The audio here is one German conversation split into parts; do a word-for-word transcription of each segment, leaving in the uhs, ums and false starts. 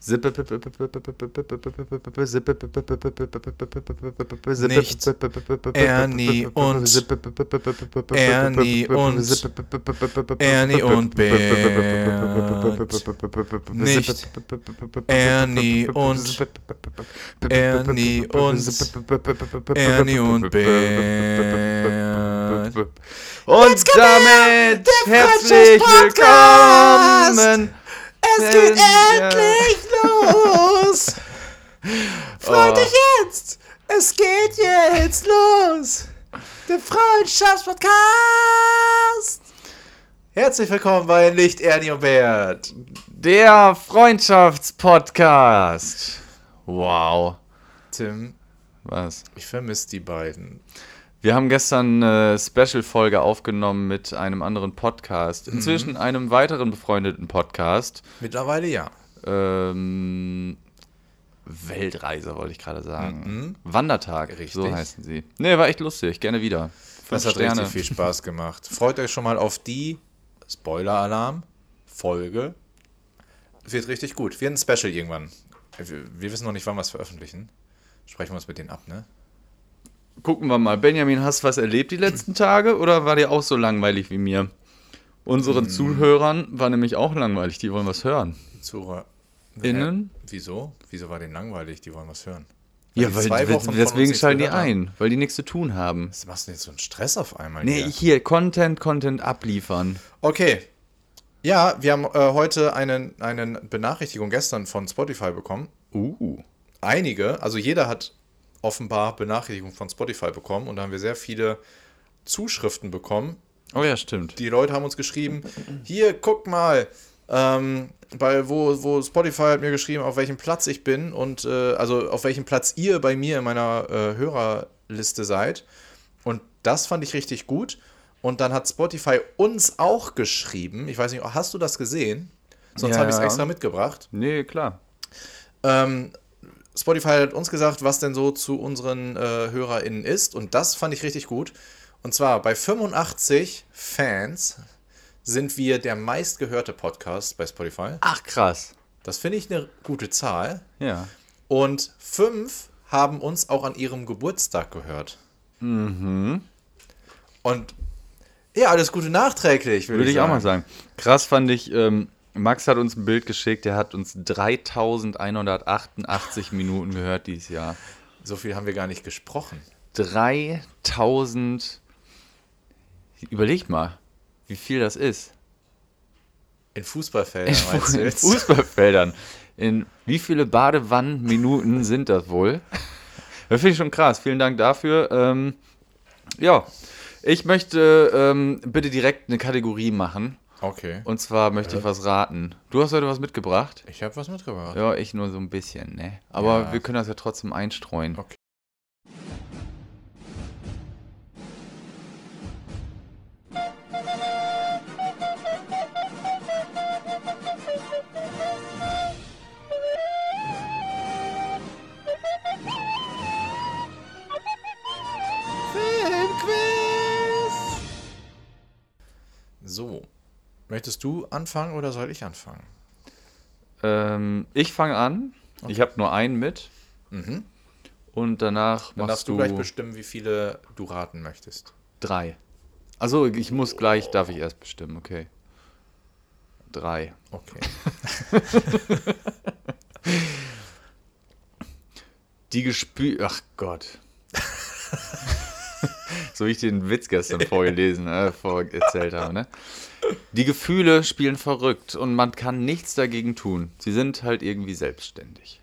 Nicht Ernie und Ernie und Ernie und Bert. Nicht Ernie und Ernie und Ernie und Bert. Und damit herzlich willkommen. Es geht endlich los! Freut euch jetzt! Es geht jetzt los! Der Freundschaftspodcast! Herzlich willkommen bei Nicht Ernie und Bert. Der Freundschaftspodcast. Wow. Tim, Was? ich vermisse die beiden. Wir haben gestern eine Special-Folge aufgenommen mit einem anderen Podcast. Inzwischen mhm. einem weiteren befreundeten Podcast. Mittlerweile ja. Ähm, Weltreise wollte ich gerade sagen. Mhm. Wandertag, Richtig. So heißen sie. Nee, war echt lustig. Gerne wieder. Das hat Sterne. richtig viel Spaß gemacht. Freut euch schon mal auf die Spoiler-Alarm-Folge. Wird richtig gut. Wir haben ein Special irgendwann. Wir, wir wissen noch nicht, wann wir es veröffentlichen. Sprechen wir uns mit denen ab, ne? Gucken wir mal. Benjamin, hast du was erlebt die letzten Tage oder war dir auch so langweilig wie mir? Unseren mm. Zuhörern war nämlich auch langweilig. Die wollen was hören. Zuhörer. Innen? Hä? Wieso? Wieso war denen langweilig? Die wollen was hören. Weil ja, weil die, deswegen schalten die ein. Weil die nichts zu tun haben. Was machst du denn jetzt so einen Stress auf einmal? Nee, hier, hier Content, Content abliefern. Okay. Ja, wir haben äh, heute eine einen Benachrichtigung gestern von Spotify bekommen. Uh. Einige, also jeder hat offenbar Benachrichtigungen von Spotify bekommen und da haben wir sehr viele Zuschriften bekommen. Oh ja, stimmt. Die Leute haben uns geschrieben, hier, guck mal, ähm, bei, wo, wo Spotify hat mir geschrieben, auf welchem Platz ich bin und äh, also auf welchem Platz ihr bei mir in meiner äh, Hörerliste seid. Und das fand ich richtig gut. Und dann hat Spotify uns auch geschrieben, ich weiß nicht, hast du das gesehen? Sonst ja, habe ich es ja. extra mitgebracht. Nee, klar. Ähm, Spotify hat uns gesagt, was denn so zu unseren äh, HörerInnen ist. Und das fand ich richtig gut. Und zwar bei fünfundachtzig Fans sind wir der meistgehörte Podcast bei Spotify. Ach, krass. Das finde ich eine gute Zahl. Ja. Und fünf haben uns auch an ihrem Geburtstag gehört. Mhm. Und ja, alles Gute nachträglich, würde Würde ich ich sagen. auch mal sagen. Krass fand ich, ähm, Max hat uns ein Bild geschickt, der hat uns dreitausendeinhundertachtundachtzig Minuten gehört dieses Jahr. So viel haben wir gar nicht gesprochen. dreitausend. Überleg mal, wie viel das ist. In Fußballfeldern, meinst du In jetzt? Fußballfeldern. In wie viele Badewannenminuten sind das wohl? Das finde ich schon krass. Vielen Dank dafür. Ähm, ja, ich möchte ähm, bitte direkt eine Kategorie machen. Okay. Und zwar möchte ich was raten. Du hast heute was mitgebracht? Ich habe was mitgebracht. Ja, ich nur so ein bisschen, ne? Aber Ja. wir können das ja trotzdem einstreuen. Okay. So, möchtest du anfangen oder soll ich anfangen? Ähm, ich fange an. Okay. Ich habe nur einen mit. Mhm. Und danach Dann machst darfst du du gleich bestimmen, wie viele du raten möchtest. drei. Also ich muss gleich, darf ich erst bestimmen, okay. Drei. Okay. Die Gespü... Ach Gott. So wie ich den Witz gestern vorgelesen, äh, vorerzählt habe, ne? Die Gefühle spielen verrückt und man kann nichts dagegen tun. Sie sind halt irgendwie selbstständig.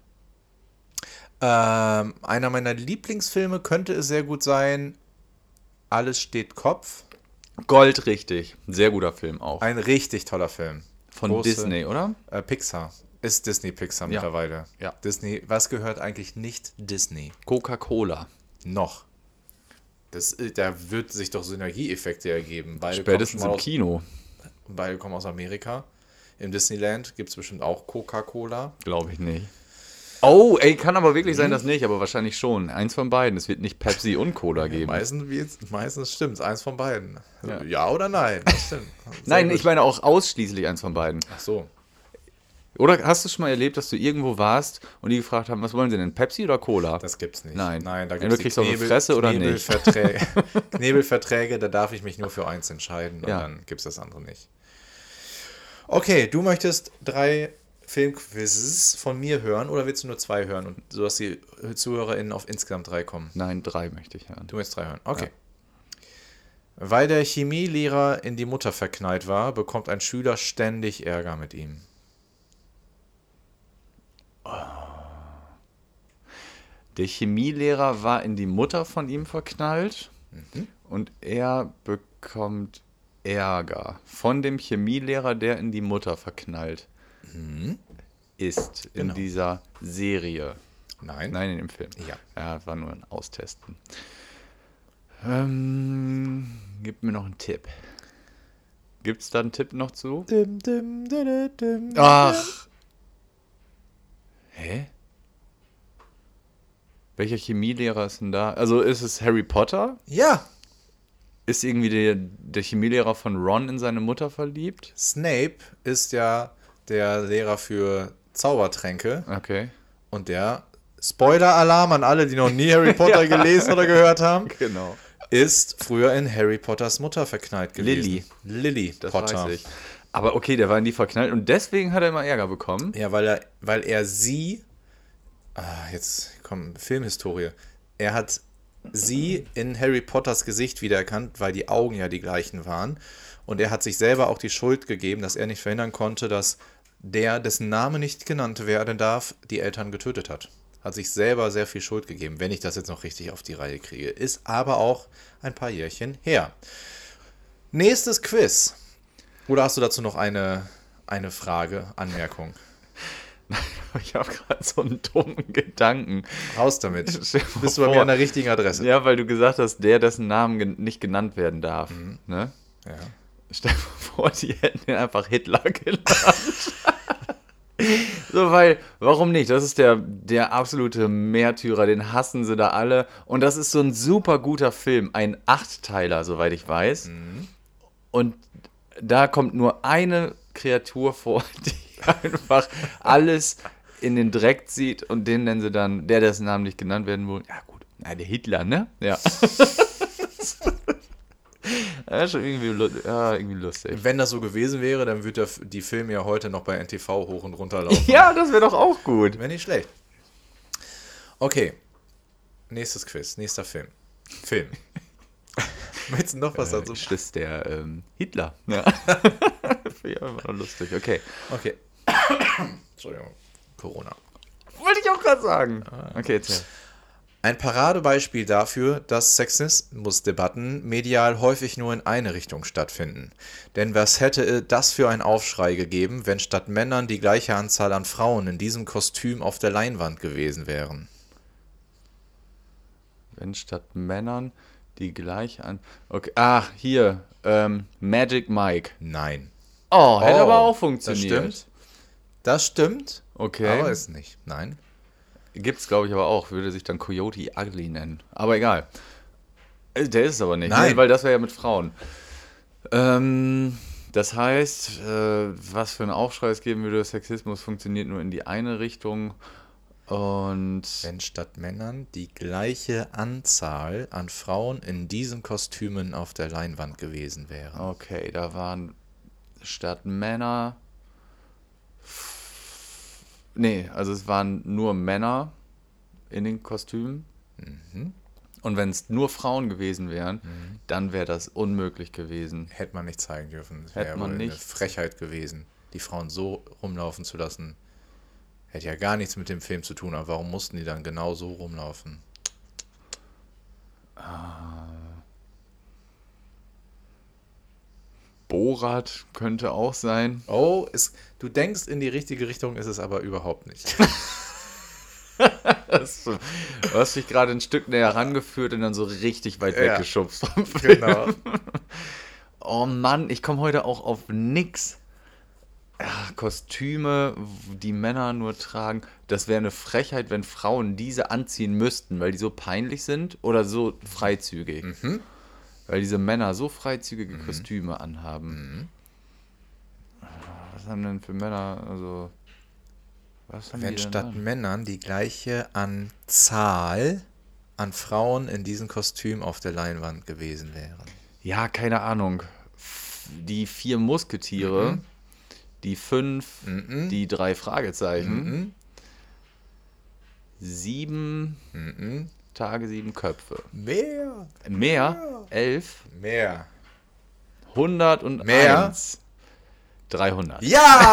Ähm, einer meiner Lieblingsfilme könnte es sehr gut sein. Alles steht Kopf. Gold richtig. Sehr guter Film auch. Ein richtig toller Film. Von Große, Disney, oder? Äh, Pixar. Ist Disney Pixar Ja. mittlerweile. Ja. Disney. Was gehört eigentlich nicht Disney? Coca-Cola. Noch. Das, äh, da wird sich doch Synergieeffekte ergeben. Beide Spätestens kommen im aus, Kino. Beide kommen aus Amerika. Im Disneyland gibt es bestimmt auch Coca-Cola. Glaube ich nicht. Oh, ey, kann aber wirklich sein, dass nicht, aber wahrscheinlich schon. Eins von beiden. Es wird nicht Pepsi und Cola geben. Meistens, wird's- meistens stimmt es, eins von beiden. Ja. Ja, oder nein? Das stimmt. Sehr Nein, gut. ich meine auch ausschließlich eins von beiden. Ach so. Oder hast du schon mal erlebt, dass du irgendwo warst und die gefragt haben, was wollen sie denn, Pepsi oder Cola? Das gibt's nicht. Nein. Nein, da Entweder gibt's kriegst du auf die Fresse oder nicht. Knebelverträge, Knebelverträge, da darf ich mich nur für eins entscheiden und Ja. dann gibt's das andere nicht. Okay, du möchtest drei Filmquizzes von mir hören oder willst du nur zwei hören und so, dass die ZuhörerInnen auf insgesamt drei kommen? Nein, drei möchte ich hören. Du willst drei hören, okay. Ja. Weil der Chemielehrer in die Mutter verknallt war, bekommt ein Schüler ständig Ärger mit ihm. Der Chemielehrer war in die Mutter von ihm verknallt Mhm. und er bekommt Ärger von dem Chemielehrer, der in die Mutter verknallt Mhm. ist in Genau. dieser Serie. Nein. Nein, in dem Film. Ja. Ja, war nur ein Austesten. Ähm, gib mir noch einen Tipp. Gibt es da einen Tipp noch zu? Dim, dim, dim, dim, Ach! Hä? Welcher Chemielehrer ist denn da? Also ist es Harry Potter? Ja, Ist irgendwie der, der Chemielehrer von Ron in seine Mutter verliebt? Snape ist ja der Lehrer für Zaubertränke Okay. und der Spoiler-Alarm an alle, die noch nie Harry Potter gelesen oder gehört haben, Genau. ist früher in Harry Potters Mutter verknallt gewesen. Lily. Lily Das Potter. weiß ich. Aber okay, der war in die verknallt und deswegen hat er immer Ärger bekommen. Ja, weil er, weil er sie, ah, jetzt kommt Filmhistorie, er hat sie in Harry Potters Gesicht wiedererkannt, weil die Augen ja die gleichen waren. Und er hat sich selber auch die Schuld gegeben, dass er nicht verhindern konnte, dass der, dessen Name nicht genannt werden darf, die Eltern getötet hat. Hat sich selber sehr viel Schuld gegeben, wenn ich das jetzt noch richtig auf die Reihe kriege. Ist aber auch ein paar Jährchen her. Nächstes Quiz. Oder hast du dazu noch eine, eine Frage, Anmerkung? Ich habe gerade so einen dummen Gedanken. Raus damit. Stell dir mal Bist du bei vor. mir an der richtigen Adresse? Ja, weil du gesagt hast, der, dessen Namen gen- nicht genannt werden darf. Ne? Ja. Stell dir mal vor, die hätten ihn einfach Hitler genannt. So, weil, warum nicht? Das ist der, der absolute Märtyrer, den hassen sie da alle. Und das ist so ein super guter Film, ein Achtteiler, soweit ich weiß. Und da kommt nur eine Kreatur vor, die einfach alles in den Dreck zieht und den nennen sie dann, der dessen Namen nicht genannt werden will. Ja gut, na, der Hitler, ne? Ja. Ja, schon irgendwie, lu- ja, irgendwie lustig. Wenn das so gewesen wäre, dann würde der, die Filme ja heute noch bei N T V hoch und runter laufen. Ja, das wäre doch auch gut. Wäre nicht schlecht. Okay. Nächstes Quiz. Nächster Film. Film. Möchtest du noch was dazu? Das ist der ähm, Hitler. Ja. Finde ich einfach noch lustig. Okay. Okay. Entschuldigung. Corona. Wollte ich auch gerade sagen. Okay, erzähl. Ein Paradebeispiel dafür, dass Sexismusdebatten medial häufig nur in eine Richtung stattfinden. Denn was hätte das für einen Aufschrei gegeben, wenn statt Männern die gleiche Anzahl an Frauen in diesem Kostüm auf der Leinwand gewesen wären? Wenn statt Männern die gleich an... Okay. Ah, hier. Ähm, Magic Mike. Nein. Oh, hätte Oh, aber auch Das funktioniert. stimmt. Das stimmt, Okay. aber ist nicht. Nein. Gibt's, glaube ich, aber auch. Würde sich dann Coyote Ugly nennen. Aber egal. Äh, Der ist es aber nicht. Nein. Ne? Weil das wäre ja mit Frauen. Ähm, das heißt, äh, was für einen Aufschrei es geben würde, Sexismus funktioniert nur in die eine Richtung. Und Wenn statt Männern die gleiche Anzahl an Frauen in diesen Kostümen auf der Leinwand gewesen wäre. okay, da waren statt Männer... Nee, also es waren nur Männer in den Kostümen. Mhm. Und wenn es nur Frauen gewesen wären, dann wäre das unmöglich gewesen. Hätte man nicht zeigen dürfen. Das Hätte wäre man wohl eine nicht. Frechheit gewesen, die Frauen so rumlaufen zu lassen. Hätte ja gar nichts mit dem Film zu tun, aber warum mussten die dann genau so rumlaufen? Borat könnte auch sein. Oh, es, du denkst in die richtige Richtung, ist es aber überhaupt nicht. Das, du hast dich gerade ein Stück näher rangeführt und dann so richtig weit Ja. weggeschubst vom Film. Genau. Oh Mann, ich komme heute auch auf nix. Ja, Kostüme, die Männer nur tragen. Das wäre eine Frechheit, wenn Frauen diese anziehen müssten, weil die so peinlich sind oder so freizügig. Mhm. Weil diese Männer so freizügige Kostüme anhaben. Mhm. Was haben denn für Männer, also Was haben wenn die denn statt an? Männern die gleiche Anzahl an Frauen in diesem Kostüm auf der Leinwand gewesen wären? Ja, keine Ahnung. F- Die vier Musketiere, Mhm. die fünf, Mhm. die drei Fragezeichen, Mhm. sieben Mhm. Tage, sieben Köpfe. Mehr. Mehr? Elf? Mehr. Hundert und Mehr? eins. Dreihundert.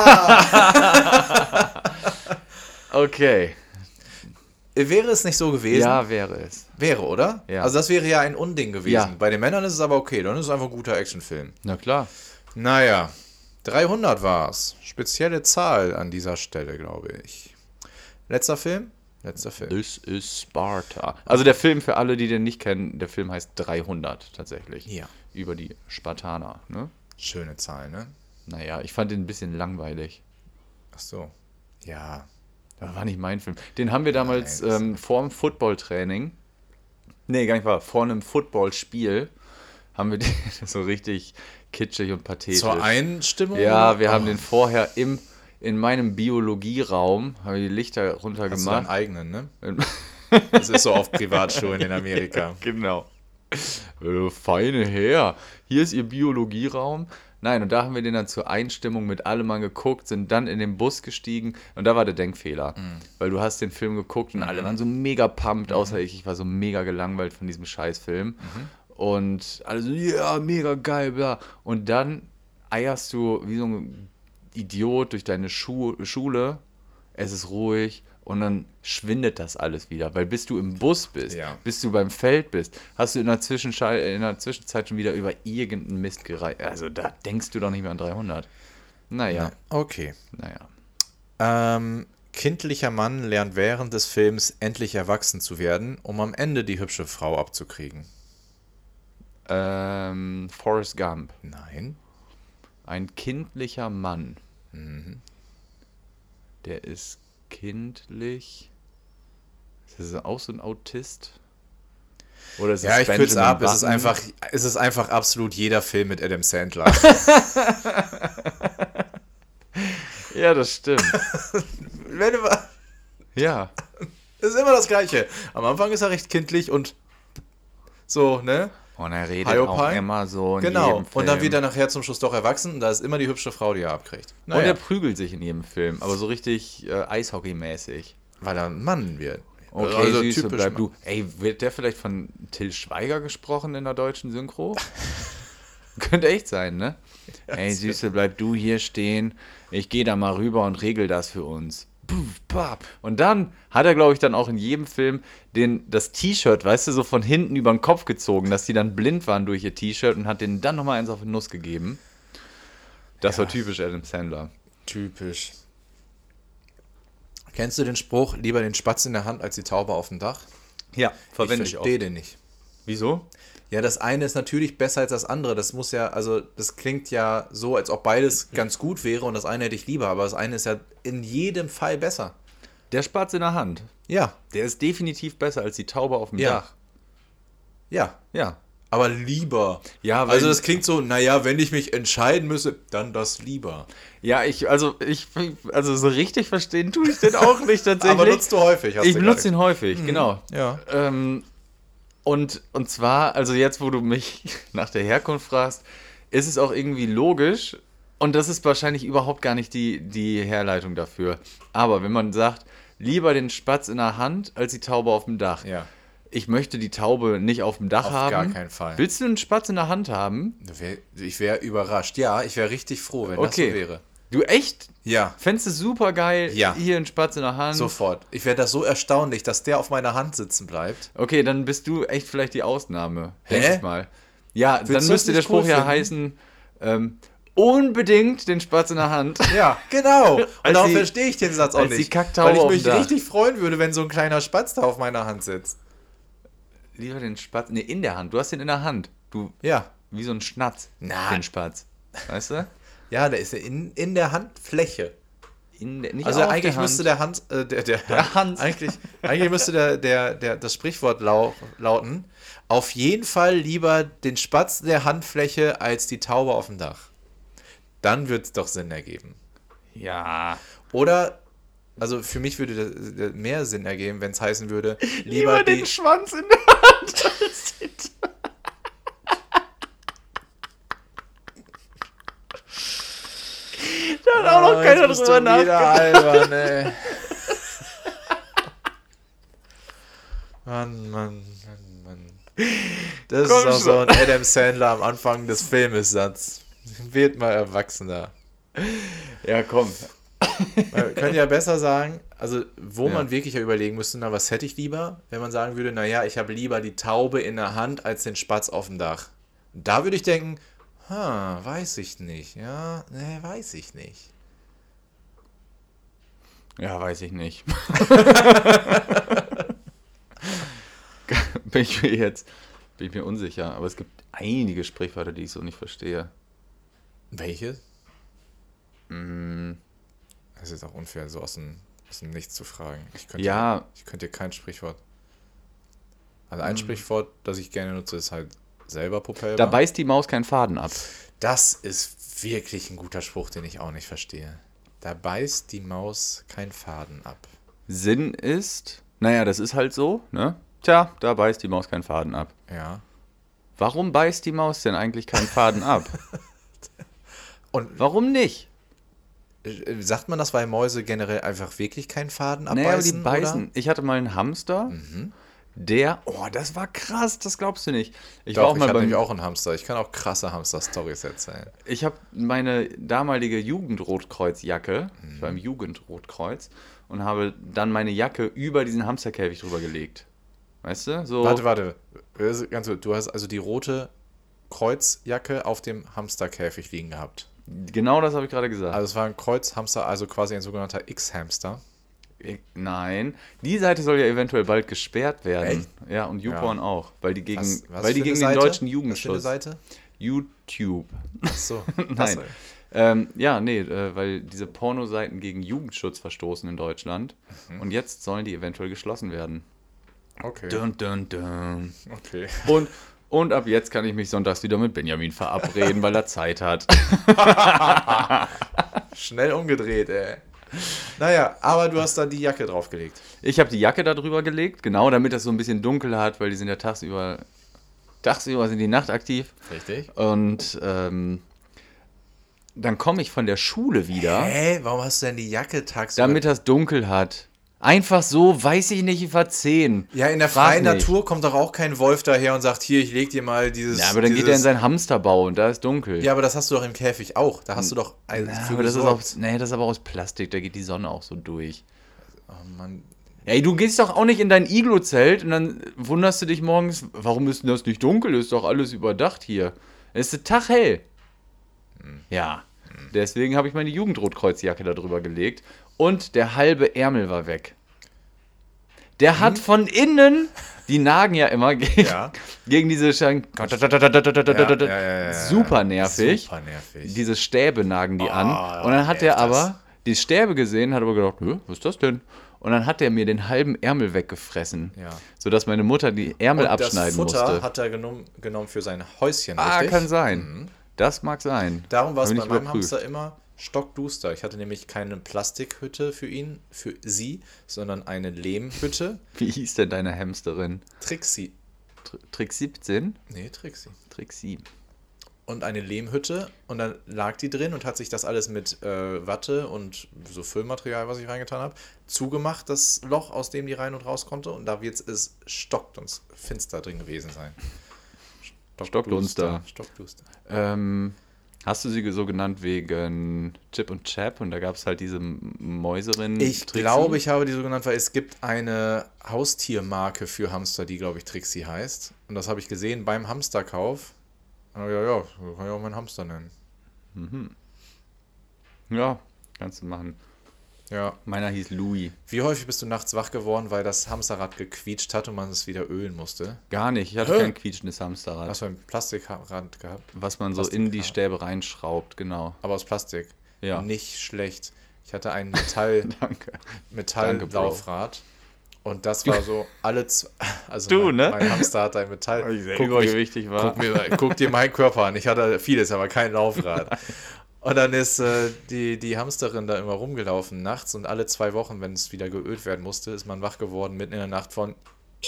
Ja! Okay. Wäre es nicht so gewesen? Ja, wäre es. Wäre, oder? Ja. Also das wäre ja ein Unding gewesen. Ja. Bei den Männern ist es aber okay, dann ist es einfach ein guter Actionfilm. Na klar. Naja, dreihundert war's. Spezielle Zahl an dieser Stelle, glaube ich. Letzter Film? Letzter Film. This is Sparta. Also der Film, für alle, die den nicht kennen, der Film heißt dreihundert tatsächlich. Ja. Über die Spartaner, ne? Schöne Zahl, ne? Naja, ich fand den ein bisschen langweilig. Ach so. Ja. Das war nicht mein Film. Den haben wir damals Nein, das- ähm, vor dem Footballtraining, nee, gar nicht wahr, vor einem Footballspiel, haben wir den so richtig kitschig und pathetisch. Zur Einstimmung? Ja, wir haben Oh. den vorher im, in meinem Biologieraum, haben wir die Lichter Hast du deinen runtergemacht. eigenen, ne? Das ist so auf Privatschulen in Amerika. Genau. Äh, feine Herr. Hier ist Ihr Biologieraum. Nein, und da haben wir den dann zur Einstimmung mit allem mal geguckt, sind dann in den Bus gestiegen und da war der Denkfehler. Weil du hast den Film geguckt und alle waren so mega pumped, außer ich. Ich war so mega gelangweilt von diesem Scheißfilm. Und alle so, ja, mega geil, bla. Und dann eierst du wie so ein Idiot durch deine Schu Schule. Es ist ruhig. Und dann schwindet das alles wieder, weil bis du im Bus bist, Ja. bis du beim Feld bist, hast du in der, Zwischenschei- in der Zwischenzeit schon wieder über irgendeinen Mist gereicht. Also da denkst du doch nicht mehr an dreihundert. Naja, Okay. naja. Ähm, kindlicher Mann lernt während des Films endlich erwachsen zu werden, um am Ende die hübsche Frau abzukriegen. Ähm, Forrest Gump. Nein. Ein kindlicher Mann. Mhm. Der ist kindlich. Ist das auch so ein Autist? Oder ist Ja, es ich kürze Benjamin ab. Es ist, Button? einfach, es ist einfach absolut jeder Film mit Adam Sandler. Ja, das stimmt. Wenn du mal- Ja. Es ist immer das Gleiche. Am Anfang ist er recht kindlich und so, ne? Und er redet Hi, auch Opai. immer so in Genau. jedem Film. Und dann wird er nachher zum Schluss doch erwachsen und da ist immer die hübsche Frau, die er abkriegt. Und er Naja, prügelt sich in jedem Film, aber so richtig äh, Eishockey-mäßig. weil er ein Mann wird. Okay, Also Süße, typisch bleib Mann. du. Ey, wird der vielleicht von Till Schweiger gesprochen in der deutschen Synchro? Könnte echt sein, ne? Ey, Süße, bleib du hier stehen. Ich gehe da mal rüber und regel das für uns. Puff, pap. Und dann hat er, glaube ich, dann auch in jedem Film den, das T-Shirt, weißt du, so von hinten über den Kopf gezogen, dass die dann blind waren durch ihr T-Shirt und hat denen dann nochmal eins auf die Nuss gegeben. Das Ja. war typisch Adam Sandler. Typisch. Kennst du den Spruch, lieber den Spatz in der Hand als die Taube auf dem Dach? Ja, verwende ich ich, verstehe auch. den nicht. Wieso? Ja, das eine ist natürlich besser als das andere. Das muss ja, also das klingt ja so, als ob beides ganz gut wäre und das eine hätte ich lieber, aber das eine ist ja in jedem Fall besser. Der Spatz in der Hand. Ja, Der ist definitiv besser als die Taube auf dem Ja. Dach. ja, Ja. aber lieber. Ja, weil- also das klingt so, naja, wenn ich mich entscheiden müsse, dann das lieber. Ja, ich, also ich, also so richtig verstehen tue ich den auch nicht tatsächlich. Aber nutzt du häufig, hast Ich du benutze gesagt. ihn häufig, genau. Ja. Ähm, und, und zwar, also jetzt, wo du mich nach der Herkunft fragst, ist es auch irgendwie logisch und das ist wahrscheinlich überhaupt gar nicht die, die Herleitung dafür. Aber wenn man sagt, lieber den Spatz in der Hand als die Taube auf dem Dach. Ja. Ich möchte die Taube nicht auf dem Dach Auf haben. gar keinen Fall. Willst du einen Spatz in der Hand haben? Wär- Ich wäre überrascht. Ja, ich wäre richtig froh, wenn Okay. das so wäre. Du echt? Ja, Fändest du super geil, Ja. hier ein Spatz in der Hand? sofort. Ich wäre das so erstaunlich, dass der auf meiner Hand sitzen bleibt. Okay, dann bist du echt vielleicht die Ausnahme. Hä? Denk ich mal. Ja, du dann das müsste der nicht Spruch cool ja finden? heißen, ähm, unbedingt den Spatz in der Hand. Ja, genau. Und Als darum die- verstehe ich den Satz auch als die nicht. Kacktaube weil ich auf mich dem Dach. richtig freuen würde, wenn so ein kleiner Spatz da auf meiner Hand sitzt. Lieber den Spatz, nee, in der Hand. Du hast den in der Hand. Du, Ja. wie so ein Schnatz, Na. den Spatz. Weißt du? Ja, der ist ja in, in der Handfläche. In der, nicht Also auf eigentlich der müsste Hand. der Hand, äh, der, der, Der Hans. Eigentlich, eigentlich müsste der, der, der, das Sprichwort lau, lauten, auf jeden Fall lieber den Spatz in der Handfläche als die Taube auf dem Dach. Dann wird es doch Sinn ergeben. Ja. Oder Also für mich würde das mehr Sinn ergeben, wenn es heißen würde, lieber, Lieber die, den Schwanz in der Hand als die Taube. Da hat auch noch Oh, keiner jetzt bist drüber du wieder nachgedacht. albern, ey. Mann, Mann, Mann, Mann. Das Komm ist auch schon. so ein Adam Sandler am Anfang des Filmes Satz. Wird mal erwachsener. Ja, komm. Man könnte ja besser sagen, also wo Ja. man wirklich ja überlegen müsste, na, was hätte ich lieber, wenn man sagen würde, naja, ich habe lieber die Taube in der Hand als den Spatz auf dem Dach. Da würde ich denken, ha, weiß ich nicht, ja, ne, weiß ich nicht. Ja, weiß ich nicht. bin ich mir jetzt bin ich mir unsicher. Aber es gibt einige Sprichwörter, die ich so nicht verstehe. Welche? Mm, Das ist auch unfair, so aus dem, aus dem Nichts zu fragen. Ich könnte, ja, ich könnte dir kein Sprichwort. Also ein Sprichwort, das ich gerne nutze, ist halt selber Popelbar. da beißt die Maus keinen Faden ab. Das ist wirklich ein guter Spruch, den ich auch nicht verstehe. Da beißt die Maus keinen Faden ab. Sinn ist, naja, das ist halt so, ne? Tja, da beißt die Maus keinen Faden ab. Ja. Warum beißt die Maus denn eigentlich keinen Faden ab? Und Warum nicht? äh, sagt man das, weil Mäuse generell einfach wirklich keinen Faden abbeißen? Naja, aber die beißen. Oder? Ich hatte mal einen Hamster, Mhm. der, oh, das war krass, das glaubst du nicht. Ich Doch, war auch ich mal hatte beim, nämlich auch einen Hamster. Ich kann auch krasse Hamster-Stories erzählen. ich habe meine damalige Jugendrotkreuzjacke, Mhm. ich war im Jugendrotkreuz, und habe dann meine Jacke über diesen Hamsterkäfig drüber gelegt. Weißt du? So, Warte, warte. Also, ganz kurz, du hast also die rote Kreuzjacke auf dem Hamsterkäfig liegen gehabt. genau das habe ich gerade gesagt. Also es war ein Kreuzhamster, also quasi ein sogenannter X-Hamster. Ich- Nein, die Seite soll ja eventuell bald gesperrt werden. Echt? Ja, und YouPorn Ja. auch, weil die gegen, Was, was weil die für gegen eine den Seite? deutschen Was für eine Jugendschutz. Seite? YouTube. Ach so. Nein. Ähm, ja, nee, äh, weil diese Pornoseiten gegen Jugendschutz verstoßen in Deutschland. Mhm. Und jetzt sollen die eventuell geschlossen werden. Okay. Dun, dun, dun. Okay. Und, und ab jetzt kann ich mich sonntags wieder mit Benjamin verabreden, weil er Zeit hat. Schnell umgedreht, ey. Naja, aber du hast da die Jacke draufgelegt. Ich habe die Jacke da drüber gelegt, genau, damit das so ein bisschen dunkel hat, weil die sind ja tagsüber, tagsüber sind die nachtaktiv. Richtig. Und ähm, dann komme ich von der Schule wieder, Hä? Warum hast du denn die Jacke tagsüber? damit das dunkel hat. Einfach so, weiß ich nicht, ich war zehn. Ja, in der Frag freien nicht. Natur kommt doch auch kein Wolf daher und sagt, hier, ich leg dir mal dieses... Ja, aber dann dieses, geht er in seinen Hamsterbau und da ist dunkel. Ja, aber das hast du doch im Käfig auch. Da hast du doch... Also Ja, für aber das ist, gesorgt. aus, nee, das ist aber aus Plastik, da geht die Sonne auch so durch. Oh Mann. Ey, du gehst doch auch nicht in dein Iglo-Zelt und dann wunderst du dich morgens, warum ist denn das nicht dunkel? Ist doch alles überdacht hier. Es ist der Tag hell. Ja, deswegen habe ich meine Jugendrotkreuzjacke da drüber gelegt und der halbe Ärmel war weg. Der hat von innen, die nagen ja immer gegen, Ja. gegen diese Schank. Ja, ja, ja, ja. Super nervig. Super nervig. Diese Stäbe nagen die Oh, an. Und dann hat er nervt das. aber die Stäbe gesehen, hat aber gedacht, "Hä, was ist das denn? Und dann hat er mir den halben Ärmel weggefressen. Ja. Sodass meine Mutter die Ärmel Und das abschneiden Futter musste. hat er genommen, genommen für sein Häuschen, Ah, richtig? kann sein. Mhm. Das mag sein. Darum war es Hab ich bei nicht meinem überprüft. Hamster immer stockduster. Ich hatte nämlich keine Plastikhütte für ihn, für sie, sondern eine Lehmhütte. Wie hieß denn deine Hamsterin? Trixie. Tr- Trick siebzehn? Nee, Trixie. Trick sieben. Und eine Lehmhütte und dann lag die drin und hat sich das alles mit äh, Watte und so Füllmaterial, was ich reingetan habe, zugemacht, das Loch, aus dem die rein und raus konnte. Und da wird es stockt und finster drin gewesen sein. Stockdunster. Stockduster. Ähm, hast du sie so genannt wegen Chip und Chap? Und da gab es halt diese M- Mäuserin. Ich Trixie? glaube, ich habe die so genannt, weil es gibt eine Haustiermarke für Hamster, die, glaube ich, Trixie heißt. Und das habe ich gesehen beim Hamsterkauf. Und dann hab ich gedacht, ja, so kann ich auch meinen Hamster nennen. Ja, kannst du machen. Ja. Meiner hieß Louis. Wie häufig bist du nachts wach geworden, weil das Hamsterrad gequietscht hat und man es wieder ölen musste? Gar nicht. Ich hatte Hä? kein quietschendes Hamsterrad. Hast du ein Plastikrad gehabt? Was man so in die Plastikrad. Stäbe reinschraubt, genau. Aber aus Plastik. Ja. Nicht schlecht. Ich hatte ein Metall, Danke. Metall-Laufrad. Und das war so alle zwei. Also Du, mein, ne? mein Hamster hat ein Metall. Weil ich sehr Guck mich- übergewichtig war. Guck, mir, guck dir meinen Körper an. Ich hatte vieles, aber kein Laufrad. Und dann ist äh, die, die Hamsterin da immer rumgelaufen nachts und alle zwei Wochen, wenn es wieder geölt werden musste, ist man wach geworden mitten in der Nacht von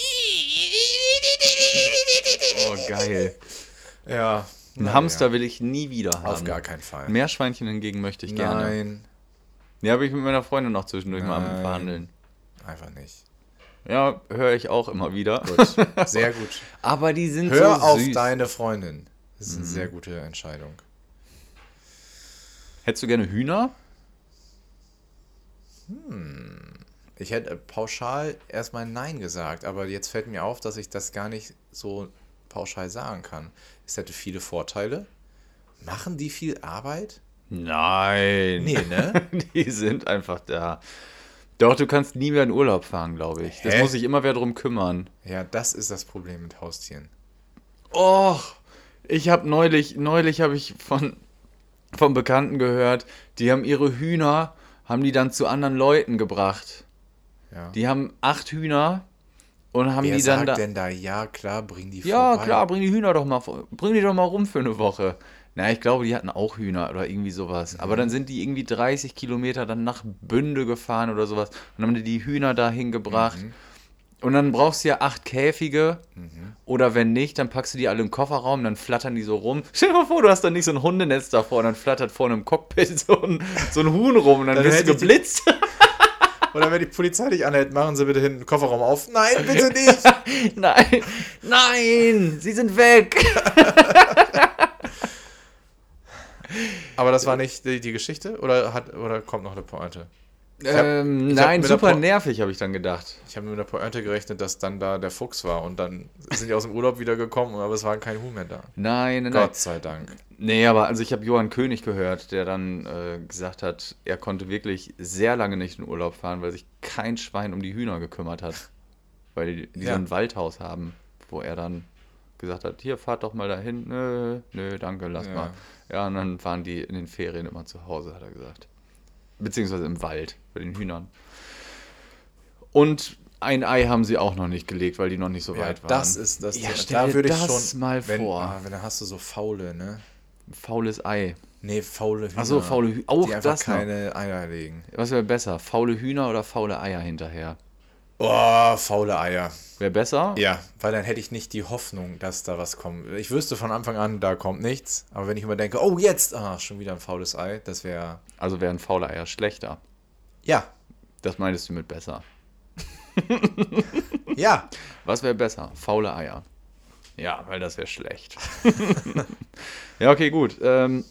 Oh, geil. ja. Einen na Hamster ja. will ich nie wieder haben. Auf gar keinen Fall. Meerschweinchen hingegen möchte ich gerne. Nein, Ja, habe ich mit meiner Freundin noch zwischendurch mal am Nein. Verhandeln. einfach nicht. Ja, höre ich auch immer wieder. Gut, sehr gut. Aber die sind Hör so auf süß. deine Freundin. Das ist Mhm. eine sehr gute Entscheidung. Hättest du gerne Hühner? Ich hätte pauschal erstmal Nein gesagt, aber jetzt fällt mir auf, dass ich das gar nicht so pauschal sagen kann. Es hätte viele Vorteile. Machen die viel Arbeit? Nein. Nee, ne? Die sind einfach da. Doch, du kannst nie mehr in Urlaub fahren, glaube ich. Das Hä? muss sich immer wer drum kümmern. Ja, das ist das Problem mit Haustieren. Och, ich habe neulich, neulich habe ich von, von Bekannten gehört, die haben ihre Hühner, haben die dann zu anderen Leuten gebracht. Ja. Die haben acht Hühner und haben Wer die dann sagt da... denn da, ja klar, bring die Ja, vorbei? klar, bring die Hühner doch mal, vor- bring die doch mal rum für eine Woche. Na, ich glaube, die hatten auch Hühner oder irgendwie sowas. Aber dann sind die irgendwie dreißig Kilometer dann nach Bünde gefahren oder sowas und haben die die Hühner da hingebracht. Mhm. Und dann brauchst du ja acht Käfige. Oder wenn nicht, dann packst du die alle im Kofferraum, dann flattern die so rum. Stell dir mal vor, du hast dann nicht so ein Hundenetz davor und dann flattert vorne im Cockpit so ein, so ein Huhn rum und dann, Dann wirst hätte du ich die- geblitzt. Oder wenn die Polizei dich anhält, machen sie bitte hinten den Kofferraum auf. Nein, bitte nicht! Nein, nein, sie sind weg. Aber das war nicht die, die Geschichte? Oder, hat, oder kommt noch eine Pointe? hab- ähm, ich hab nein, mit der super Po- nervig, habe ich dann gedacht. Ich habe mit der Pointe gerechnet, dass dann da der Fuchs war und dann sind die aus dem Urlaub wieder gekommen, aber es war kein Huhn mehr da. Nein, nein, nein. Gott sei Dank. Nee, aber also ich habe Johann König gehört, der dann äh, gesagt hat, er konnte wirklich sehr lange nicht in Urlaub fahren, weil sich kein Schwein um die Hühner gekümmert hat. Weil die, die Ja. so ein Waldhaus haben, wo er dann gesagt hat, hier, fahrt doch mal dahin. Nö, nö, danke, lass Ja. mal. Ja, und dann waren die in den Ferien immer zu Hause, hat er gesagt. Beziehungsweise im Wald, bei den Hühnern. Und ein Ei haben sie auch noch nicht gelegt, weil die noch nicht so Ja, weit waren. das ist das. Ja, da stell dir würde ich das schon mal wenn, vor. Ah, wenn dann hast du so faule, ne? Faules Ei. Nee, faule Hühner. Ach so, faule Hühner. Auch die einfach das noch. keine Eier legen. Was wäre besser? Faule Hühner oder faule Eier hinterher? Oh, faule Eier. Wäre besser? Ja, weil dann hätte ich nicht die Hoffnung, dass da was kommt. Ich wüsste von Anfang an, da kommt nichts. Aber wenn ich immer denke, oh, jetzt, ah, schon wieder ein faules Ei, das wäre. Also wären faule Eier schlechter. Ja, Das meintest du mit besser. ja. Was wäre besser? Faule Eier. Ja, weil das wäre schlecht. Ja, okay, gut. Ähm,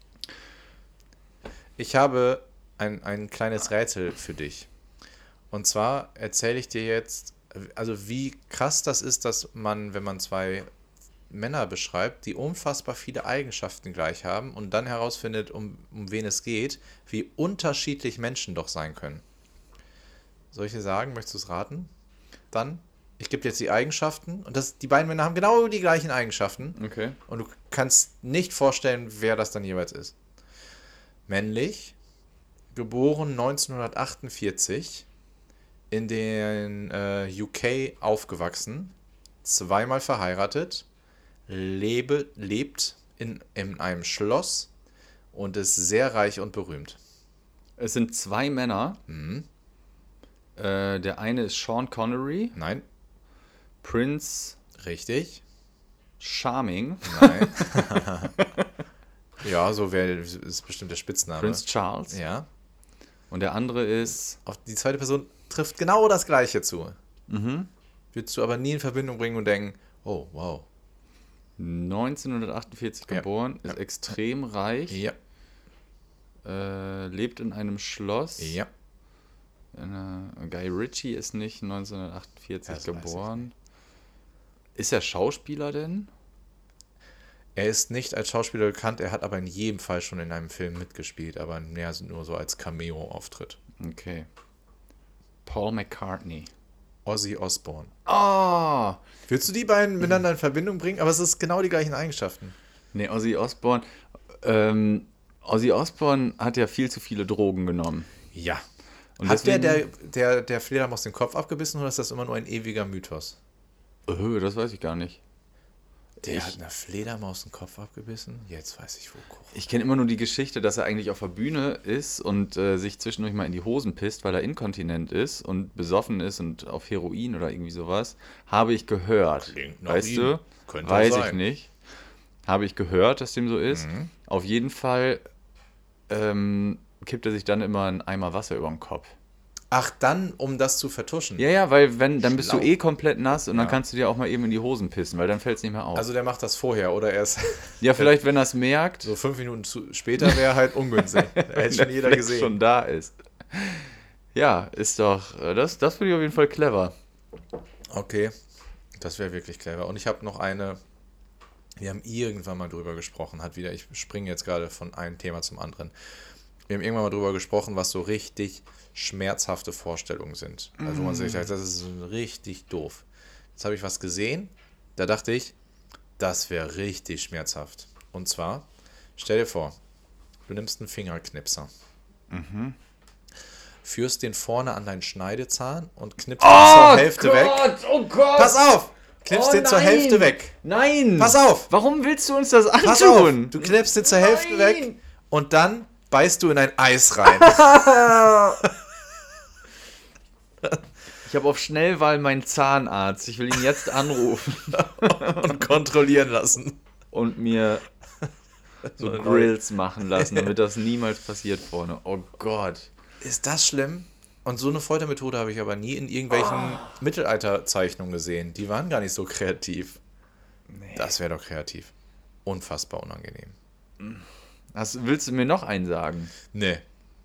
Ich habe ein, ein kleines Rätsel für dich. Und zwar erzähle ich dir jetzt, also wie krass das ist, dass man, wenn man zwei Männer beschreibt, die unfassbar viele Eigenschaften gleich haben und dann herausfindet, um, um wen es geht, wie unterschiedlich Menschen doch sein können. Soll ich dir sagen, möchtest du es raten? Dann, ich gebe dir jetzt die Eigenschaften und das, die beiden Männer haben genau die gleichen Eigenschaften. okay. Und du kannst nicht vorstellen, wer das dann jeweils ist. Männlich, geboren neunzehnhundertachtundvierzig, in den äh, U K aufgewachsen, zweimal verheiratet, lebe, lebt in, in einem Schloss und ist sehr reich und berühmt. Es sind zwei Männer. Mhm. Äh, der eine ist Sean Connery, Nein, Prince richtig. Charming, Nein. Ja, so wäre ist bestimmt der Spitzname. Prince Charles. Ja. Und der andere ist... Auf die zweite Person trifft genau das Gleiche zu. Mhm. Würdest du aber nie in Verbindung bringen und denken, oh, wow. neunzehnhundertachtundvierzig Ja. geboren, ist extrem reich, Ja, äh, lebt in einem Schloss. ja. Äh, Guy Ritchie ist nicht neunzehnhundertachtundvierzig Das weiß ich geboren. Ist er Schauspieler denn? Er ist nicht als Schauspieler bekannt, er hat aber in jedem Fall schon in einem Film mitgespielt, aber mehr nur so als Cameo-Auftritt. Okay. Paul McCartney. Ozzy Osbourne. Ah! Willst du die beiden miteinander in Verbindung bringen? Aber es ist genau die gleichen Eigenschaften. Nee, Ozzy Osbourne. Ähm, Ozzy Osbourne hat ja viel zu viele Drogen genommen. Ja. Und Hat der, deswegen- der, der, der Fledermaus den Kopf abgebissen oder ist das immer nur ein ewiger Mythos? Äh, das weiß ich gar nicht. Der ich, hat einer Fledermaus den Kopf abgebissen? Jetzt weiß ich, wo Koch. Ich kenne immer nur die Geschichte, dass er eigentlich auf der Bühne ist und äh, sich zwischendurch mal in die Hosen pisst, weil er inkontinent ist und besoffen ist und auf Heroin oder irgendwie sowas. Habe ich gehört. Klingt nach Weißt ihm. du? Könnte Weiß sein. ich nicht. Habe ich gehört, dass dem so ist. Mhm. Auf jeden Fall ähm, kippt er sich dann immer einen Eimer Wasser über den Kopf. Ach, dann, um das zu vertuschen? Ja, ja, weil wenn, dann bist du Schlau. eh komplett nass und dann Ja. kannst du dir auch mal eben in die Hosen pissen, weil dann fällt es nicht mehr auf. Also der macht das vorher oder erst ja, vielleicht, wenn er es merkt, so fünf Minuten zu, später wäre halt ungünstig. Da hätte schon jeder der gesehen. schon da ist. Ja, ist doch, äh, das, das finde ich auf jeden Fall clever. Okay, das wäre wirklich clever. Und ich habe noch eine, wir haben irgendwann mal drüber gesprochen, hat wieder, ich springe jetzt gerade von einem Thema zum anderen. Wir haben irgendwann mal drüber gesprochen, was so richtig schmerzhafte Vorstellungen sind. Also wo man sich sagt, das ist richtig doof. Jetzt habe ich was gesehen, da dachte ich, das wäre richtig schmerzhaft. Und zwar, stell dir vor, du nimmst einen Fingerknipser, Mhm. führst den vorne an deinen Schneidezahn und knippst Oh ihn zur Hälfte weg. Oh Gott! Pass auf! Knippst Oh den zur nein. Hälfte weg. Nein! Pass auf! Warum willst du uns das antun? Pass auf! Du knippst den zur Hälfte Nein. weg und dann beißt du in ein Eis rein. Ich habe auf Schnellwahl meinen Zahnarzt. Ich will ihn jetzt anrufen und kontrollieren lassen. und mir so eine Grills machen lassen, damit das niemals passiert vorne. Oh Gott. Ist das schlimm? Und so eine Foltermethode habe ich aber nie in irgendwelchen Mittelalterzeichnungen gesehen. Die waren gar nicht so kreativ. Nee. Das wäre doch kreativ. Unfassbar unangenehm. Hast, willst du mir noch einen sagen? Nee.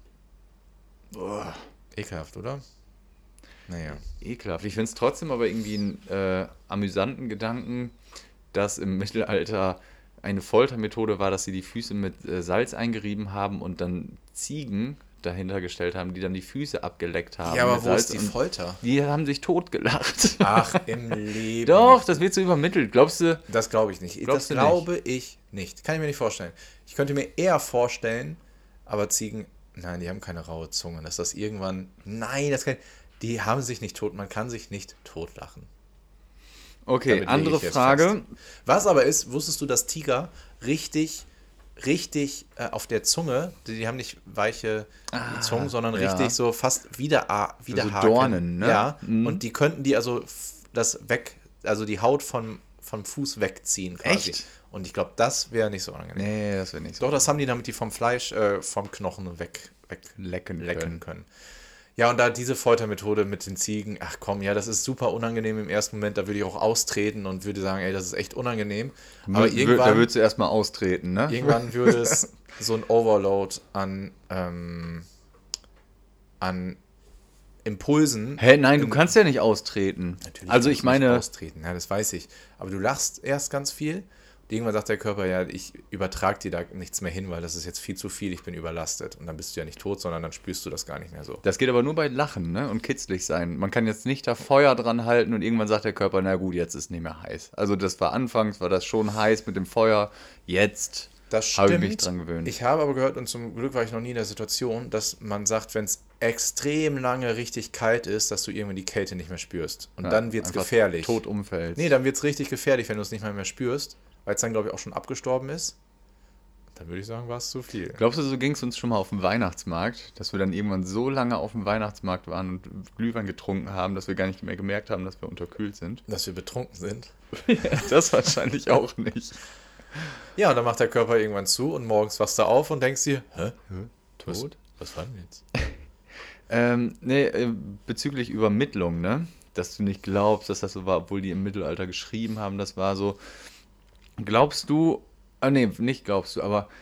Boah. Ekelhaft, oder? Naja. Ekelhaft. Ich finde es trotzdem aber irgendwie einen äh, amüsanten Gedanken, dass im Mittelalter eine Foltermethode war, dass sie die Füße mit äh, Salz eingerieben haben und dann Ziegen dahinter gestellt haben, die dann die Füße abgeleckt haben. Ja, aber mit wo Salz ist die und Folter? Die haben sich totgelacht. Ach, im Leben. Doch, das wird so übermittelt. Glaubst du? Das glaube ich nicht. Glaubst das du glaube ich nicht. Kann ich mir nicht vorstellen. Ich könnte mir eher vorstellen, aber Ziegen, nein, die haben keine raue Zunge. Dass das irgendwann, nein, das kann, die haben sich nicht tot, man kann sich nicht totlachen. Okay, Damit lege andere ich jetzt Frage. fest. Was aber ist, wusstest du, dass Tiger richtig, richtig äh, auf der Zunge, die, die haben nicht weiche Ah, Zungen, sondern ja. richtig so fast wieder, wieder So Dornen, ne? Ja, Mhm. und die könnten die also f- das weg, also die Haut vom, vom Fuß wegziehen quasi. Echt? Und ich glaube, das wäre nicht so unangenehm. Nee, das wäre nicht so. Doch, das haben die, damit die vom Fleisch, äh, vom Knochen weg, weg Lecken lecken können. können. Ja, und da diese Foltermethode mit den Ziegen, ach komm, ja, das ist super unangenehm im ersten Moment, da würde ich auch austreten und würde sagen, ey, das ist echt unangenehm. Aber Wür- irgendwann, Da würdest du erstmal austreten, ne? irgendwann würde es so ein Overload an, ähm, an Impulsen. Hä, nein, du im- kannst ja nicht austreten. Natürlich Also kannst ich du nicht meine, austreten, ja, das weiß ich. Aber du lachst erst ganz viel. Und irgendwann sagt der Körper, ja, ich übertrage dir da nichts mehr hin, weil das ist jetzt viel zu viel, ich bin überlastet. Und dann bist du ja nicht tot, sondern dann spürst du das gar nicht mehr so. das geht aber nur bei Lachen, ne? Und kitzlig sein. Man kann jetzt nicht da Feuer dran halten und irgendwann sagt der Körper, na gut, jetzt ist nicht mehr heiß. Also das war anfangs, war das schon heiß mit dem Feuer. Jetzt Das habe stimmt. ich mich dran gewöhnt. Ich habe aber gehört, und zum Glück war ich noch nie in der Situation, dass man sagt, wenn es extrem lange richtig kalt ist, dass du irgendwann die Kälte nicht mehr spürst. Und Ja, dann wird es einfach gefährlich. Tot umfällst. Nee, dann wird es richtig gefährlich, wenn du es nicht mehr, mehr spürst, weil es dann, glaube ich, auch schon abgestorben ist. Dann würde ich sagen, war es zu viel. Glaubst du, so ging es uns schon mal auf dem Weihnachtsmarkt, dass wir dann irgendwann so lange auf dem Weihnachtsmarkt waren und Glühwein getrunken haben, dass wir gar nicht mehr gemerkt haben, dass wir unterkühlt sind? Dass wir betrunken sind. Das wahrscheinlich auch nicht. Ja, und dann macht der Körper irgendwann zu und morgens wachst du auf und denkst dir, hä? Was, Tot? was war denn jetzt? Ähm, nee, äh, bezüglich Übermittlung, ne? Dass du nicht glaubst, dass das so war, obwohl die im Mittelalter geschrieben haben, das war so. Glaubst du, ah nee, nicht glaubst du, aber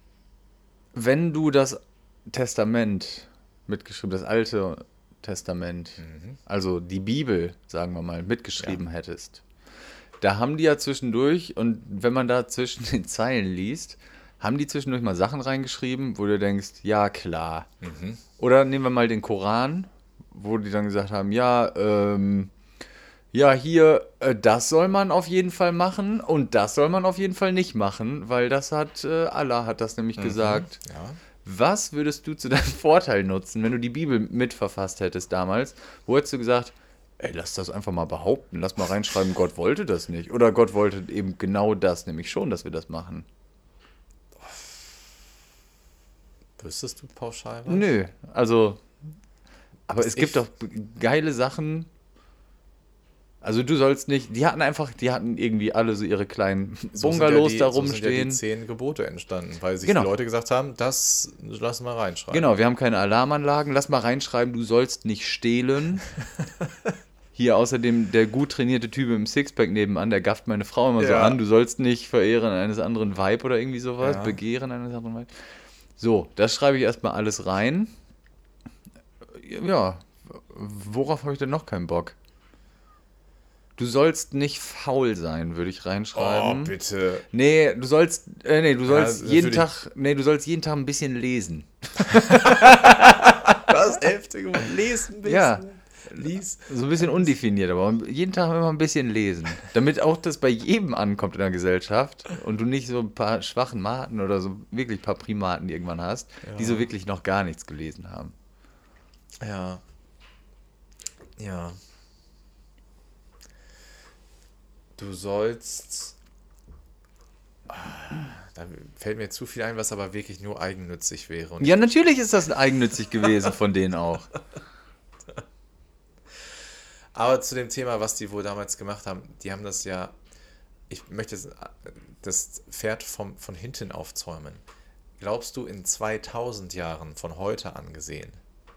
wenn du das Testament mitgeschrieben, das Alte Testament, Mhm. also die Bibel, sagen wir mal, mitgeschrieben hättest, da haben die ja zwischendurch, und wenn man da zwischen den Zeilen liest, haben die zwischendurch mal Sachen reingeschrieben, wo du denkst, ja klar. Mhm. Oder nehmen wir mal den Koran, wo die dann gesagt haben, ja, ähm, ja, hier, äh, das soll man auf jeden Fall machen und das soll man auf jeden Fall nicht machen, weil das hat, äh, Allah hat das nämlich gesagt. Ja. Was würdest du zu deinem Vorteil nutzen, wenn du die Bibel mitverfasst hättest damals? Wo hättest du gesagt, Ey, lass das einfach mal behaupten. Lass mal reinschreiben, Gott wollte das nicht. Oder Gott wollte eben genau das, nämlich schon, dass wir das machen. Wüsstest du pauschal was? Nö, also, aber Was es gibt ich- doch geile Sachen. Also du sollst nicht, die hatten einfach, die hatten irgendwie alle so ihre kleinen So sind Bungalows ja da die, so sind ja die rumstehen. zehn Gebote entstanden, weil sich Genau. die Leute gesagt haben, das lassen wir reinschreiben. Genau, wir haben keine Alarmanlagen. Lass mal reinschreiben, du sollst nicht stehlen. Hier außerdem der gut trainierte Typ im Sixpack nebenan, der gafft meine Frau immer so Ja. an, du sollst nicht verehren eines anderen Weib oder irgendwie sowas, Ja. begehren eines anderen Weib. So, das schreibe ich erstmal alles rein. Ja, worauf habe ich denn noch keinen Bock? Du sollst nicht faul sein, würde ich Oh, reinschreiben. bitte. Nee, du sollst, äh, nee, du sollst das jeden würde ich- Tag, nee, du sollst jeden Tag ein bisschen lesen. Das elfte Gebot. Lesen ein bisschen. Ja. Lies. So ein bisschen undefiniert, aber jeden Tag immer ein bisschen lesen. Damit auch das bei jedem ankommt in der Gesellschaft und du nicht so ein paar schwachen Maten oder so wirklich ein paar Primaten irgendwann hast, die so wirklich noch gar nichts gelesen haben. Ja. Ja. Du sollst. Ah, Da fällt mir zu viel ein, was aber wirklich nur eigennützig wäre. Und Ja, natürlich ist das eigennützig gewesen von denen auch. Aber zu dem Thema, was die wohl damals gemacht haben, die haben das ja, ich möchte das- das Pferd vom, von hinten aufzäumen. Glaubst du, in zweitausend Jahren von heute an gesehen,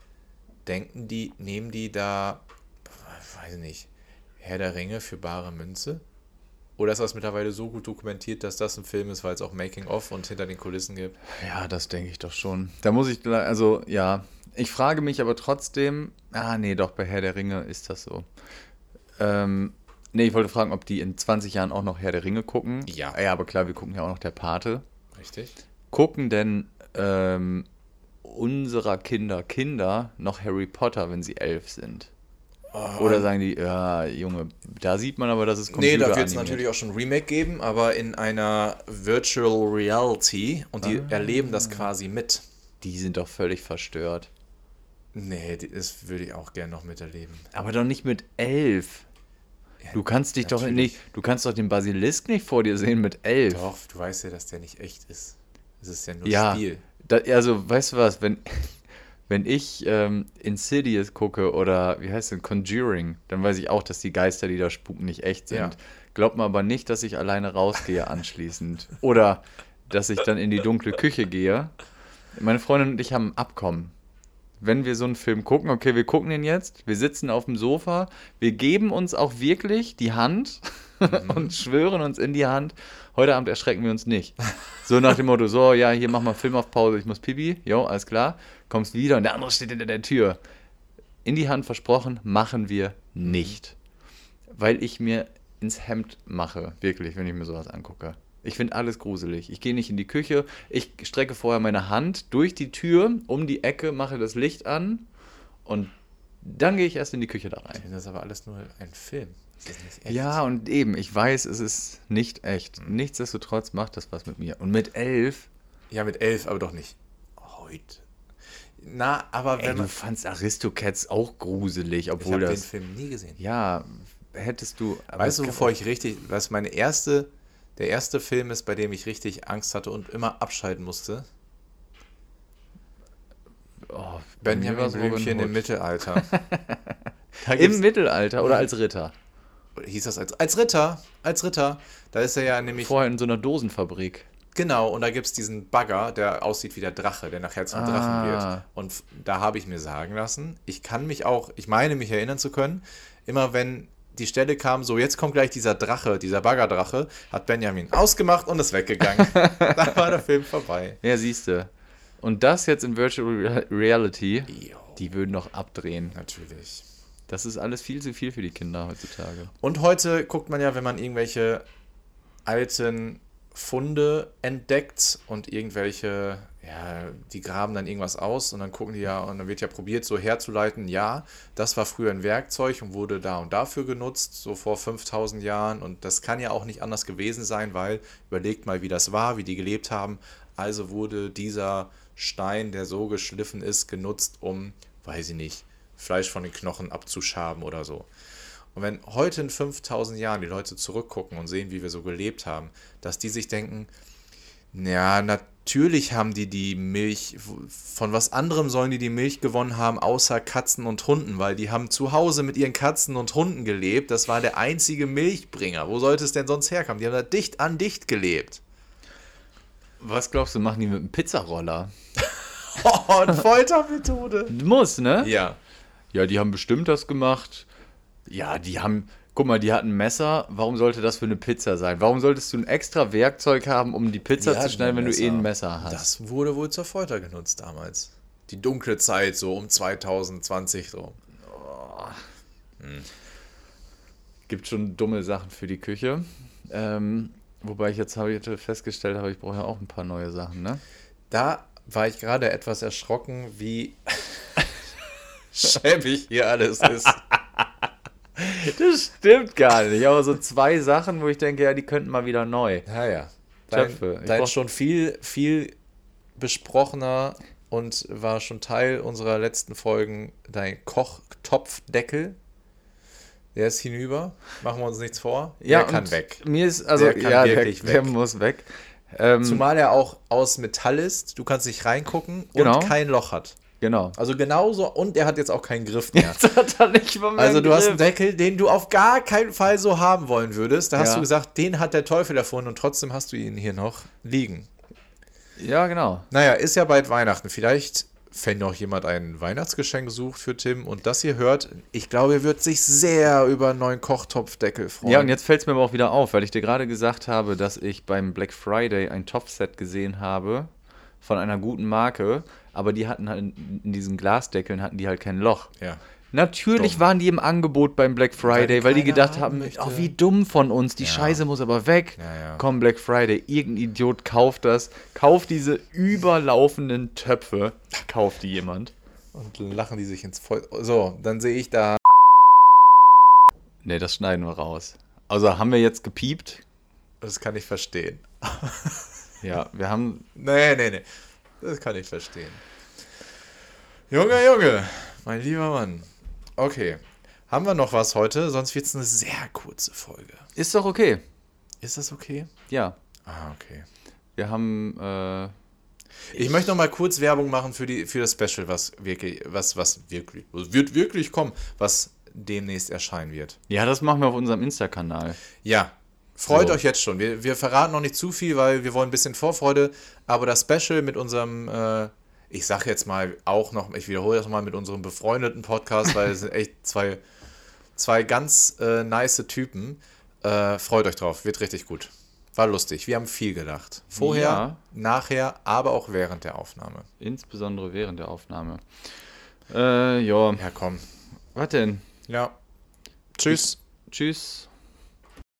denken die, nehmen die da, weiß ich nicht, Herr der Ringe für bare Münze? Oder ist das mittlerweile so gut dokumentiert, dass das ein Film ist, weil es auch Making-of und hinter den Kulissen gibt? Ja, das denke ich doch schon. Da muss ich, gleich- also ja, ich frage mich aber trotzdem, ah nee, doch, bei Herr der Ringe ist das so. Ähm, nee, ich wollte fragen, ob die in zwanzig Jahren auch noch Herr der Ringe gucken. Ja. Ja, aber klar, wir gucken ja auch noch der Pate. Richtig? Gucken denn ähm, unserer Kinder Kinder noch Harry Potter, wenn sie elf sind? Oder sagen die, ja, Junge, da sieht man aber, dass es Nee, da wird es computeranimiert. natürlich auch schon ein Remake geben, aber in einer Virtual Reality und die erleben das quasi mit. Die sind doch völlig verstört. Nee, die- das würde ich auch gerne noch miterleben. Aber doch nicht mit elf. Du kannst dich doch natürlich. nicht, du kannst doch den Basilisk nicht vor dir sehen mit elf. Doch, du weißt ja, dass der nicht echt ist. Es ist ja nur Ja, Spiel. da, also weißt du was, wenn, wenn ich ähm, Insidious gucke oder wie heißt denn, Conjuring, dann weiß ich auch, dass die Geister, die da spuken, nicht echt sind. Ja. Glaubt mir aber nicht, dass ich alleine rausgehe anschließend. Oder dass ich dann in die dunkle Küche gehe. Meine Freundin und ich haben ein Abkommen. Wenn wir so einen Film gucken, okay, wir gucken den jetzt, wir sitzen auf dem Sofa, wir geben uns auch wirklich die Hand und schwören uns in die Hand, heute Abend erschrecken wir uns nicht. So nach dem Motto, so, ja, hier mach mal Film auf Pause, ich muss pipi, jo, alles klar, kommst wieder und der andere steht hinter der Tür. In die Hand versprochen, machen wir nicht. Weil ich mir ins Hemd mache, wirklich, wenn ich mir sowas angucke. Ich finde alles gruselig. Ich gehe nicht in die Küche, ich strecke vorher meine Hand durch die Tür, um die Ecke, mache das Licht an und dann gehe ich erst in die Küche da rein. Das ist aber alles nur ein Film. Das ist nicht echt. Ja, und eben, ich weiß, es ist nicht echt. Nichtsdestotrotz macht das was mit mir. Und mit elf, Ja, mit elf, aber doch nicht heute. Na, aber ey, wenn du man... fandst Aristocats auch gruselig, Ich obwohl habe den das... Film nie gesehen. Ja, hättest du... aber Weißt du, es wovor gab ich richtig... Was meine erste... Der erste Film ist, bei dem ich richtig Angst hatte und immer abschalten musste. auch- oh, bei mir Benjamin war's Robin Blümchen im Hood. Mittelalter. Da Im gibt's- Mittelalter oder als Ritter? hieß das als, als Ritter, als Ritter. Da ist er ja nämlich, Vorher in so einer Dosenfabrik. genau, und da gibt es diesen Bagger, der aussieht wie der Drache, der nachher zum Ah. Drachen wird. Und f- da habe ich mir sagen lassen, ich kann mich auch, ich meine mich erinnern zu können, immer wenn die Stelle kam, so jetzt kommt gleich dieser Drache, dieser Baggerdrache, hat Benjamin ausgemacht und ist weggegangen. Da war der Film vorbei. Ja, siehste. Und das jetzt in Virtual Rea- Reality, Jo, die würden noch abdrehen. natürlich. Das ist alles viel zu viel für die Kinder heutzutage. Und heute guckt man ja, wenn man irgendwelche alten Funde entdeckt und irgendwelche, ja, die graben dann irgendwas aus und dann gucken die ja, und dann wird ja probiert, so herzuleiten, ja, das war früher ein Werkzeug und wurde da und dafür genutzt, so vor fünftausend Jahren, und das kann ja auch nicht anders gewesen sein, weil, überlegt mal, wie das war, wie die gelebt haben, also wurde dieser Stein, der so geschliffen ist, genutzt, um, weiß ich nicht, Fleisch von den Knochen abzuschaben oder so. Und wenn heute in fünftausend Jahren die Leute zurückgucken und sehen, wie wir so gelebt haben, dass die sich denken, ja, natürlich haben die die Milch, von was anderem sollen die die Milch gewonnen haben, außer Katzen und Hunden, weil die haben zu Hause mit ihren Katzen und Hunden gelebt, das war der einzige Milchbringer. Wo sollte es denn sonst herkommen? Die haben da dicht an dicht gelebt. Was glaubst du, machen die mit einem Pizzaroller? Oh, eine Foltermethode. Muss, ne? Ja. Ja, die haben bestimmt das gemacht. Ja, die haben... Guck mal, die hatten ein Messer. Warum sollte das für eine Pizza sein? Warum solltest du ein extra Werkzeug haben, um die Pizza Die zu hatten schneiden, wenn ein du eh ein Messer. Messer hast? Das wurde wohl zur Folter genutzt damals. Die dunkle Zeit, so um zwanzig zwanzig so. Hm. Gibt schon dumme Sachen für die Küche. Ähm, wobei ich jetzt heute festgestellt habe, ich brauche ja auch ein paar neue Sachen, ne? Da war ich gerade etwas erschrocken, wie schäbig hier alles ist. Das stimmt gar nicht. Aber so zwei Sachen, wo ich denke, ja, die könnten mal wieder neu. Ja, ja. Dein, Töpfe. Ich dein brauch- schon viel, viel besprochener und war schon Teil unserer letzten Folgen, dein Kochtopfdeckel. Der ist hinüber. Machen wir uns nichts vor. Ja, der kann und weg. Mir ist, also, Der kann ja, der, wirklich der weg. muss weg. Ähm, Zumal er auch aus Metall ist. Du kannst nicht reingucken Genau. und kein Loch hat. Genau. Also genauso. Und er hat jetzt auch keinen Griff mehr. Jetzt hat er nicht mal mehr Also du hast einen Griff. Deckel, den du auf gar keinen Fall so haben wollen würdest. Da hast Ja. du gesagt, den hat der Teufel erfunden und trotzdem hast du ihn hier noch liegen. Ja, genau. Naja, ist ja bald Weihnachten. Vielleicht, wenn noch jemand ein Weihnachtsgeschenk sucht für Tim und das hier hört, ich glaube, er wird sich sehr über einen neuen Kochtopfdeckel freuen. Ja, und jetzt fällt es mir aber auch wieder auf, weil ich dir gerade gesagt habe, dass ich beim Black Friday ein Topfset gesehen habe von einer guten Marke, aber die hatten halt in, in diesen Glasdeckeln hatten die halt kein Loch. Ja. Natürlich Dumm. waren die im Angebot beim Black Friday, Weil weil die keiner gedacht haben haben, möchte. oh, wie dumm von uns, die Ja. Scheiße muss aber weg. Ja, ja. Komm, Black Friday, irgendein Idiot kauft das, kauft diese überlaufenden Töpfe, kauft die jemand. Und lachen die sich ins Voll. So, dann sehe ich da. Ne, das schneiden wir raus. Also haben wir jetzt gepiept? Das kann ich verstehen. Ja, wir haben... Nee, nee, nee. Das kann ich verstehen. Junge, Junge, mein lieber Mann. Okay. Haben wir noch was heute? Sonst wird es eine sehr kurze Folge. Ist doch okay. Ist das okay? Ja, Ah, okay. wir haben... Äh, Ich möchte noch mal kurz Werbung machen für, die, für das Special, was wirklich, was, was wirklich, was wird wirklich kommen, was demnächst erscheinen wird. ja, das machen wir auf unserem Insta-Kanal. Ja, freut So. euch jetzt schon. Wir, wir verraten noch nicht zu viel, weil wir wollen ein bisschen Vorfreude, aber das Special mit unserem, äh, ich sag jetzt mal auch noch, ich wiederhole das mal, mit unserem befreundeten Podcast, weil es sind echt zwei, zwei ganz äh, nice Typen. Äh, freut euch drauf, wird richtig gut. War lustig, wir haben viel gelacht. Vorher, Ja. nachher, aber auch während der Aufnahme. Insbesondere während der Aufnahme. Äh, ja. Ja, komm. Was denn? Ja. Tschüss. Tschüss.